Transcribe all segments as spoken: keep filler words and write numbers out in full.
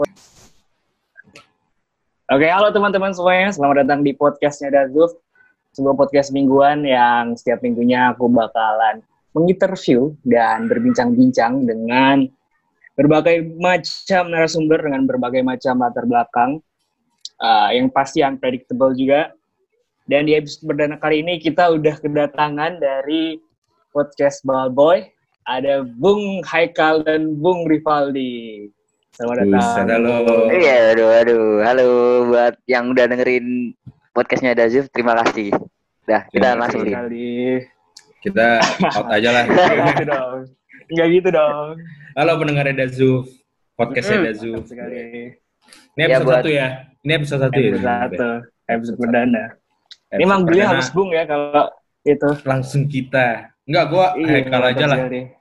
Oke, halo teman-teman semuanya. Selamat datang di podcastnya Dazuf. Sebuah podcast mingguan yang setiap minggunya aku bakalan menginterview dan berbincang-bincang dengan berbagai macam narasumber dengan berbagai macam latar belakang. Uh, yang pasti unpredictable juga. Dan di episode perdana kali ini kita udah kedatangan dari podcast Balboy. Ada Bung Haikal dan Bung Rivaldi. Selamat datang. Halo. Iya, aduh, aduh. Halo buat yang udah dengerin podcastnya Dazuf. Terima kasih. Dah, kita Terima langsung kasih. nih. Kita out aja lah. Nggak gitu dong. Nggak gitu dong. Halo pendengar Dazuf. Podcastnya Mm. Dazuf. Sekali. Ini episode Ya, buat- satu ya. Ini episode satu ya. Episode satu. Episode perdana. Episode Ini emang beliau perdana harus Bung ya kalau itu. langsung kita. Enggak, gua Haikal aja lah. sekali.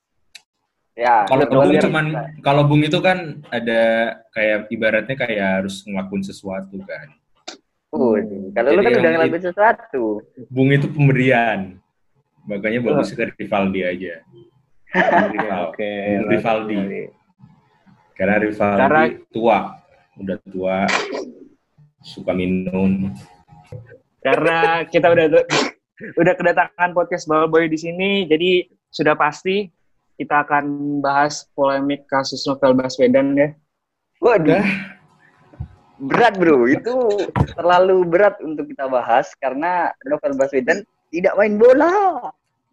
Ya. Kalau Kalau Bung biar- cuman kalau Bung itu kan ada kayak ibaratnya kayak harus ngelakuin sesuatu kan. Uh, kalau lu Jadi kan udah yang ngelakuin sesuatu. Bung itu pemberian. Makanya bagus ke Rivaldi aja. Rival. Oke. Bung Rivaldi. Karena Rivaldi Karena- tua. Udah tua. Suka minum. Karena kita udah udah kedatangan podcast Balboy di sini, jadi sudah pasti kita akan bahas polemik kasus Novel Baswedan ya. Waduh. Berat, bro. Itu terlalu berat untuk kita bahas karena Novel Baswedan tidak main bola.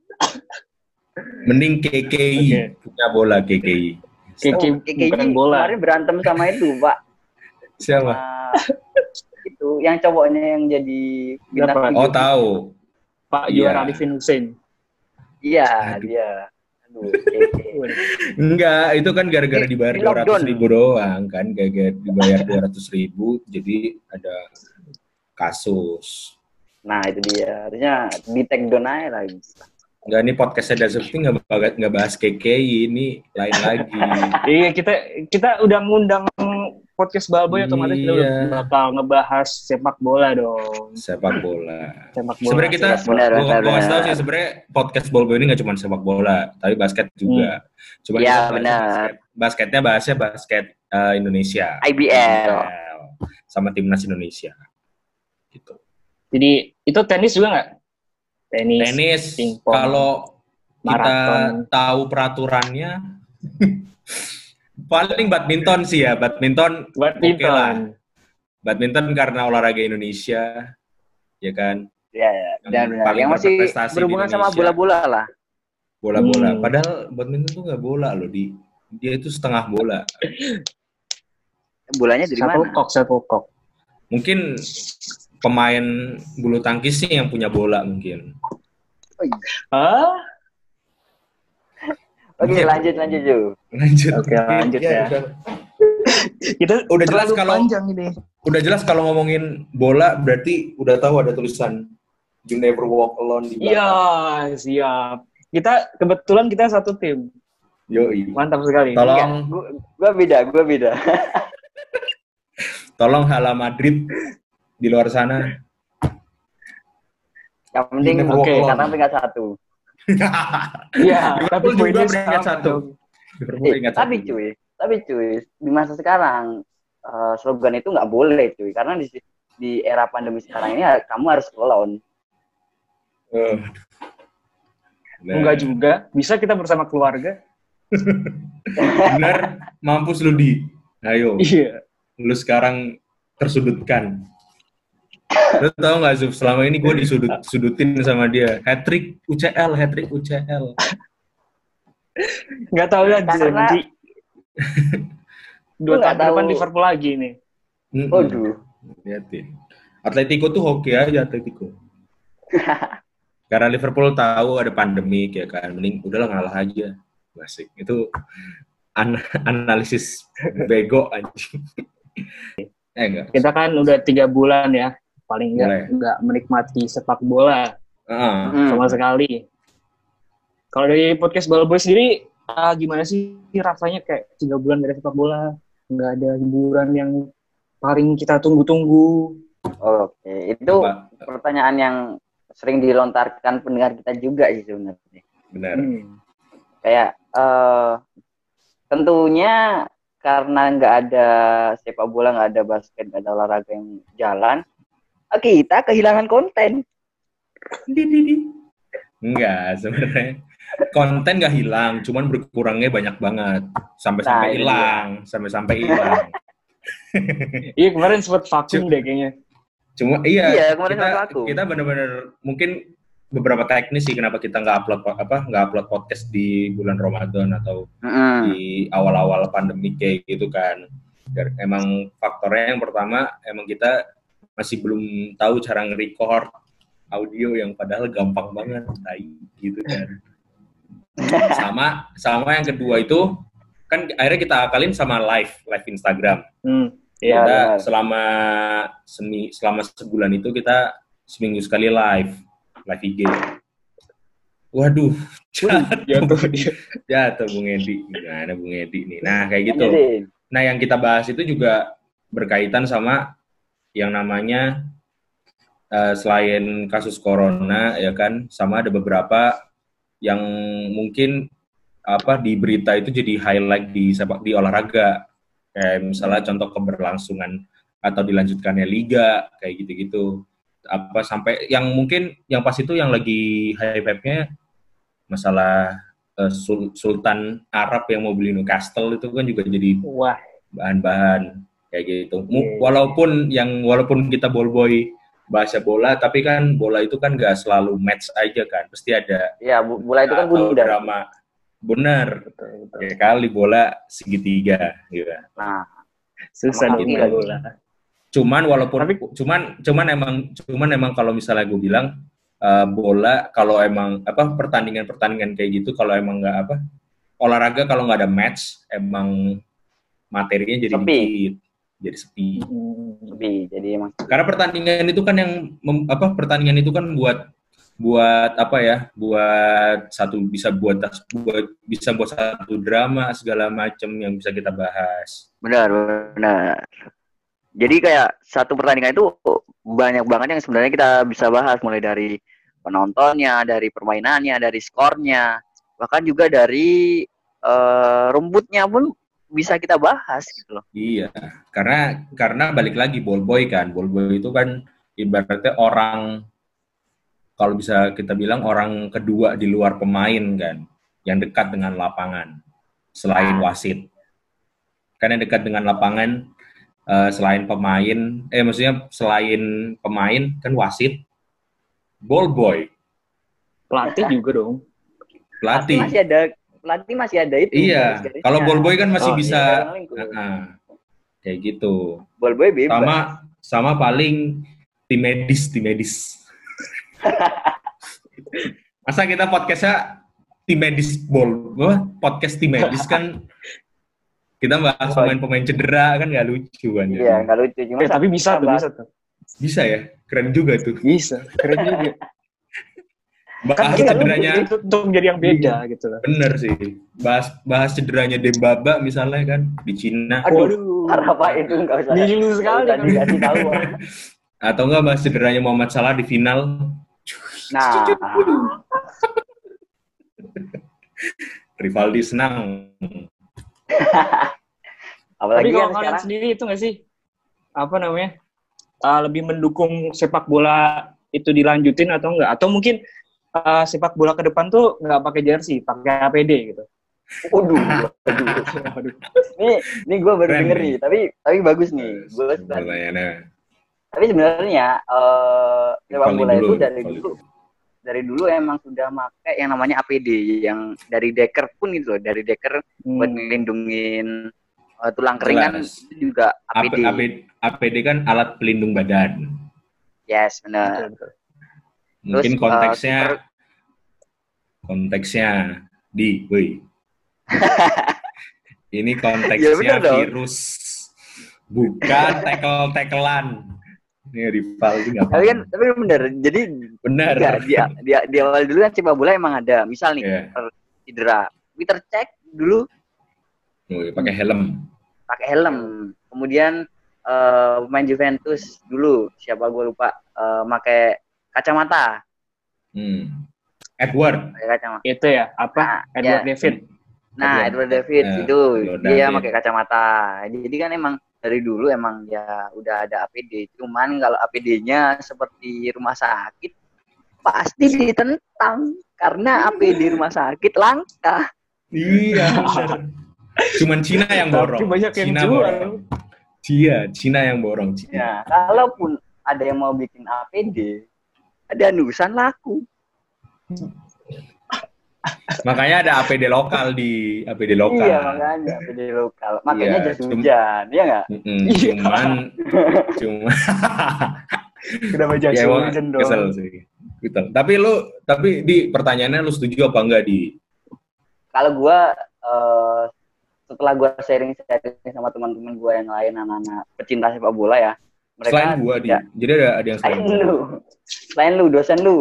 Mending K K I Oke. punya bola K K I. Kiki Oh, K K I bukan bola. kemarin berantem sama itu, Pak. Siapa? Sama itu yang cowoknya yang jadi bintang Siapa? video. Oh tahu. Pak Iya. Juara Arifin Hussein. Iya, Aduh. dia. Aduh, keke. Enggak, itu kan gara-gara Di- dibayar di dua ratus lockdown. ribu doang kan, gara-gara dibayar dua ratus ribu, jadi ada kasus. Nah, itu dia. Harusnya di take down aja lagi. Enggak, ini podcastnya Dazuf ini nggak bahas, nggak bahas K K I, ini lain lagi. Iya, kita kita udah ngundang podcast Balboy, otomatis kita udah Iya. bakal ngebahas sepak bola dong. Sepak bola. Sepak bola. Sebenarnya kita, Benar, benar, gua, gua benar. kasih tahu sih sebenarnya podcast Bolbo ini nggak cuma sepak bola, tapi basket juga. Cuma Iya, kita bahasnya benar. basket. Basketnya bahasnya basket eh, Indonesia. I B L. Sama timnas Indonesia. Gitu. Jadi itu tenis juga nggak? Tenis. Tenis pingpong, kalau kita maraton. tahu peraturannya paling badminton sih ya, badminton Badminton. oke lah. Badminton karena olahraga Indonesia, ya kan? Ya, ya. Yang Dan benar. paling Yang masih berprestasi di berhubungan sama Indonesia. bola-bola lah. Bola-bola. Hmm. Padahal badminton tuh nggak bola loh, di dia itu setengah bola. Bolanya dari mana? Shuttlecock, shuttlecock. Mungkin pemain bulu tangkis sih yang punya bola mungkin. Oh, iya. Hah? Oke, Iya. lanjut lanjut Ju. Lanjut. Oke, lanjut ya. udah. Kita Udah jelas terlalu kalau- panjang ini. Udah jelas kalau ngomongin bola berarti udah tahu ada tulisan You Never Walk Alone di Iya, belakang. siap. Kita kebetulan kita satu tim. Yoi. Mantap sekali. Tolong Gua, gua beda, gua beda. tolong Hala Madrid di luar sana. Yang penting Never oke, walk alone. karena peringkat satu. Iya, tapi Liverpool juga poinnya peringkat sama satu. dong. Liverpool Eh, ingat tapi satu. cuy, tapi cuy, di masa sekarang eh, slogan itu nggak boleh cuy, karena di di era pandemi sekarang ini ya, kamu harus alone. Eh. Nah, Enggak juga. Bisa kita bersama keluarga. bener, mampus lu di. Ayo, Iya. lu sekarang tersudutkan. Lu tau gak Zuf, selama ini gue disudut-sudutin sama dia. Hat-trick U C L, hat-trick U C L. Enggak tahu ya Karena- nanti dua Gua nggak tahun ke depan tahu. Liverpool lagi nih. Mm-mm. Waduh. Liatin. Atletico tuh hoki aja Atletico. Karena Liverpool tahu ada pandemi ya kan, mending udahlah ngalah aja. Asik. Itu an- analisis bego anjing. eh enggak. Kita kan udah tiga bulan ya, paling Boleh. enggak enggak menikmati sepak bola Ah, Hmm. sama sekali. Kalau dari podcast Balboy sendiri, ah, gimana sih rasanya kayak tiga bulan dari sepak bola, nggak ada hiburan yang paling kita tunggu-tunggu. Oke, itu Coba. pertanyaan yang sering dilontarkan pendengar kita juga sih sebenarnya. Benar. Hmm. Kayak eh tentunya karena nggak ada sepak bola, nggak ada basket, nggak ada olahraga yang jalan, kita kehilangan konten. Enggak, sebenarnya konten nggak hilang, cuman berkurangnya banyak banget, sampai-sampai Nah, hilang, sampai-sampai hilang. Iya kemarin sempat vakum deh kayaknya. Cuma iya, Iya, kemarin kita sempat vakum. kita benar-benar mungkin beberapa teknis sih kenapa kita nggak upload apa nggak upload podcast di bulan Ramadan atau Mm-hmm. di awal-awal pandemi kayak gitu kan. Dan emang faktornya yang pertama emang kita masih belum tahu cara nge-record audio yang padahal gampang banget, tai, gitu kan. sama sama yang kedua itu kan akhirnya kita akalin sama live live Instagram. Hmm. Kita Ya, benar. selama semi selama sebulan itu kita seminggu sekali live live I G. Waduh, jatuh dia. jatuh Bung Edi. Gimana Bung Edi nih? Nah, kayak gitu. Lanjutin. Nah, yang kita bahas itu juga berkaitan sama yang namanya uh, selain kasus corona ya kan, sama ada beberapa yang mungkin apa di berita itu jadi highlight di sepak di olahraga. Kayak misalnya contoh keberlangsungan atau dilanjutkannya liga kayak gitu-gitu. Apa sampai yang mungkin yang pas itu yang lagi hype-nya masalah uh, Sultan Arab yang mau beli Newcastle itu kan juga jadi Wah. bahan-bahan kayak gitu. Yeah. Walaupun yang walaupun kita ball-boy bahasa bola, tapi kan bola itu kan nggak selalu match aja kan, pasti ada. Ya, bola itu kan bunda. Drama. Benar. Betul, betul. Ya kali bola segitiga gitu. Nah, susah gitu bola. Cuman walaupun tapi, cuman cuman emang cuman emang kalau misalnya gue bilang uh, bola kalau emang apa pertandingan-pertandingan kayak gitu kalau emang nggak apa olahraga kalau nggak ada match emang materinya jadi sepi. dikit, jadi sepi. Sepi, jadi emang. Karena pertandingan itu kan yang mem, apa pertandingan itu kan buat buat apa ya buat satu bisa buat buat bisa buat satu drama segala macam yang bisa kita bahas. Benar, benar. Jadi kayak satu pertandingan itu banyak banget yang sebenarnya kita bisa bahas, mulai dari penontonnya, dari permainannya, dari skornya, bahkan juga dari uh, rumputnya pun bisa kita bahas gitu loh. Iya, karena karena balik lagi ball boy kan, ball boy itu kan ibaratnya orang kalau bisa kita bilang orang kedua di luar pemain kan, yang dekat dengan lapangan selain wasit. Kan yang dekat dengan lapangan uh, selain pemain, eh maksudnya selain pemain kan wasit, ball boy. Pelatih juga dong. Pelatih. Masih ada pelatih masih ada itu. Iya. Kalau ball boy kan masih oh, bisa iya, uh, kayak gitu. Ball boy bebas. Sama sama paling tim medis, tim medis. Masa kita podcastnya tim medis ball, podcast tim medis kan kita bahas pemain-pemain cedera kan nggak lucu kan? Iya nggak lucu. Cuma eh, tapi bisa tuh, bisa tuh. Bisa ya, keren juga tuh. Bisa, keren juga. Bahas kan cederanya itu untuk menjadi yang beda gitu loh. Bener sih. Bahas bahas cederanya Dembaba misalnya kan di Cina. Aduh, apa itu nggak usah. Dulu sekali kan dikasih tahu. Atau enggak bahas cederanya Muhammad Salah di final. Nah. Rivaldi senang. Apalagi tapi kalau kalian sendiri itu nggak sih apa namanya uh, lebih mendukung sepak bola itu dilanjutin atau enggak? Atau mungkin uh, sepak bola ke depan tuh nggak pakai jersey, pakai A P D gitu? Waduh, waduh. Nih, nih gue baru denger nih, tapi tapi bagus nih. Gue Tapi sebenarnya uh, sepak bola itu dari dulu dari dulu emang sudah pakai yang namanya A P D, yang dari deker pun gitu loh, dari deker hmm. buat ngelindungin uh, tulang keringan itu juga A P D. A P D. A P D kan alat pelindung badan. Yes, benar. Mungkin terus, konteksnya uh, super... konteksnya di, woi. Ini konteksnya ya, virus, bukan tackle-tacklean. Ini rival itu nggak tapi kan tapi benar jadi benar di, di, di awal dulu kan sepak bola emang ada misal nih yeah. cedera kita cek dulu oh, pakai helm pakai helm kemudian uh, pemain Juventus dulu siapa gue lupa uh, pakai kacamata hmm. Edward kacamata itu ya apa nah, Edward ya. David Nah, Edward David uh, itu dia pakai kacamata. Jadi kan emang dari dulu emang ya udah ada A P D. Cuman kalau A P D-nya seperti rumah sakit pasti ditentang karena A P D rumah sakit langka. Iya, benar. Cuman Cina yang borong. Tapi banyak yang Cina jual. borong. Iya, Cina yang borong. Cina. Ya, kalaupun ada yang mau bikin A P D, ada nusan laku. Makanya ada A P D lokal di A P D lokal. Iya, makanya A P D lokal. Makanya iya, jas hujan, iya nggak? Cuman, cuman. Kenapa jas ya, hujan dong? Kesel sih. Gitu. Tapi lu, tapi di pertanyaannya lu setuju apa enggak di? Kalau gua uh, setelah gua sharing-sharing sama teman-teman gua yang lain, anak-anak pecinta sepak bola ya, mereka selain gua di, ya, jadi ada ada yang selain lu, selain lu, dosen lu.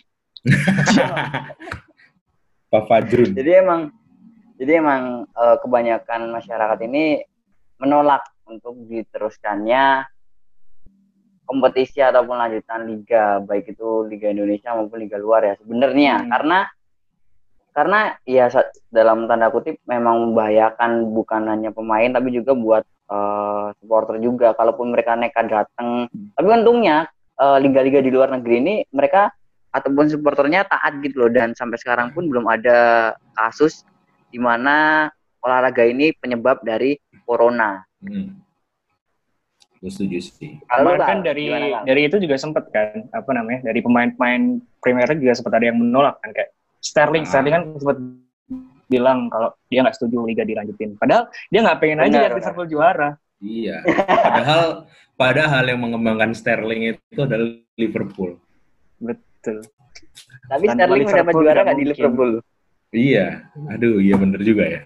Pak Fajrun. Jadi emang, jadi emang uh, kebanyakan masyarakat ini menolak untuk diteruskannya kompetisi ataupun lanjutan liga, baik itu Liga Indonesia maupun Liga luar ya sebenarnya, hmm. karena karena ya dalam tanda kutip memang membahayakan bukan hanya pemain tapi juga buat uh, supporter juga, kalaupun mereka nekat datang. Hmm. Tapi untungnya uh, liga-liga di luar negeri ini mereka ataupun supporternya taat gitu loh, dan sampai sekarang pun belum ada kasus di mana olahraga ini penyebab dari corona. Hmm. Gue setuju sih. Kalau kan dari gimana, dari itu juga sempat kan apa namanya, dari pemain-pemain Premier League juga sempat ada yang menolak kan, kayak Sterling, ah. Sterling kan sempat bilang kalau dia nggak setuju liga dilanjutin. Padahal dia nggak pengen benar, aja lihat Liverpool juara. Iya. Padahal padahal yang mengembangkan Sterling itu adalah Liverpool. Betul. Tapi tanpa Sterling mendapat juara nggak di Liverpool? Iya. Aduh, iya bener juga ya.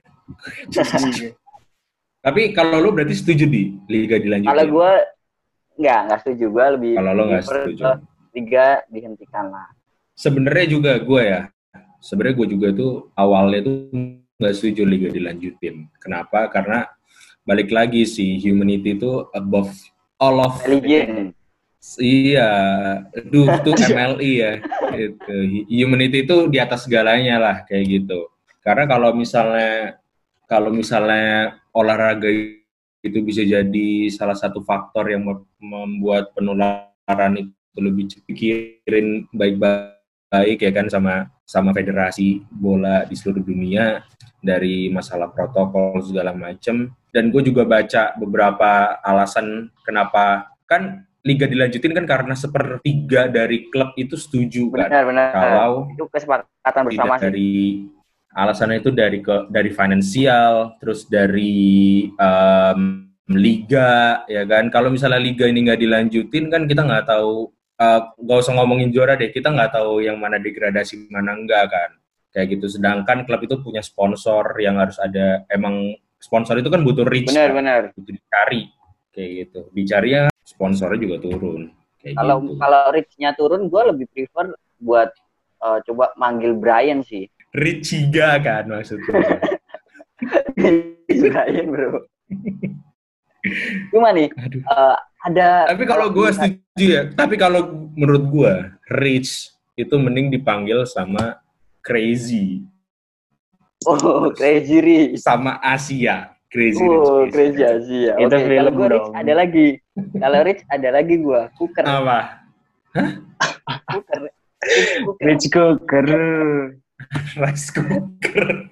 Tapi kalau lo berarti setuju di liga dilanjutin? Kalau gue nggak, nggak setuju. Gue lebih kalau lo nggak setuju, liga dihentikan lah. Sebenarnya juga gue ya, sebenarnya gue juga tuh awalnya tuh nggak setuju liga dilanjutin. Kenapa? Karena balik lagi sih, humanity itu above all of religion. Iya, duh tuh M L I ya. Gitu. Humanity itu di atas segalanya lah kayak gitu. Karena kalau misalnya kalau misalnya olahraga itu bisa jadi salah satu faktor yang membuat penularan itu lebih pikirin baik-baik ya kan sama sama federasi bola di seluruh dunia dari masalah protokol segala macam. Dan gue juga baca beberapa alasan kenapa kan liga dilanjutin kan karena sepertiga dari klub itu setuju kan. Benar, benar. Kalau itu kesepakatan bersama sih. Dari alasannya itu dari ke dari finansial, terus dari um, liga ya kan. Kalau misalnya liga ini nggak dilanjutin kan kita nggak tahu, nggak uh, usah ngomongin juara deh, kita nggak tahu yang mana degradasi mana enggak kan. Kayak gitu. Sedangkan klub itu punya sponsor yang harus ada, emang sponsor itu kan butuh reach. Benar, kan? benar. Butuh dicari kayak gitu. Dicarinya sponsornya juga turun. Kalau gitu. kalau reach-nya turun, gue lebih prefer buat uh, coba manggil Brian sih. Richiga kan maksudnya. Brian bro. Cuma nih, uh, ada. Tapi kalau gue setuju ya. Tapi kalau menurut gue, Rich itu mending dipanggil sama Crazy. Oh, Crazy Rich. Sama Asia. Crazy oh, Rich. Crazy Asia. Itu okay, film kalau gue Rich ada lagi. Kalau Rich ada lagi gue. Cooker. Apa? Hah? Cooker. Cooker. Rich Cooker. Rice Cooker.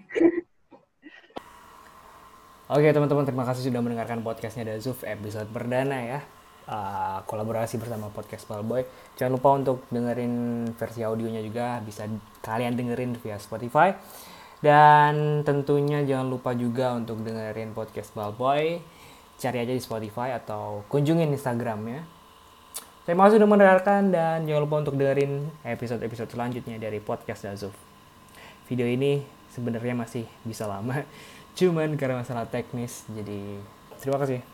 Oke teman-teman, terima kasih sudah mendengarkan podcastnya Dazuf episode perdana ya. Uh, kolaborasi bersama Podcast Ballboy. Jangan lupa untuk dengerin versi audionya juga, bisa kalian dengerin via Spotify. Dan tentunya jangan lupa juga untuk dengerin Podcast Ballboy. Cari aja di Spotify atau kunjungin Instagramnya. Terima kasih sudah mendengarkan dan jangan lupa untuk dengerin episode-episode selanjutnya dari Podcast Dazuf. Video ini sebenarnya masih bisa lama, cuman karena masalah teknis, jadi terima kasih.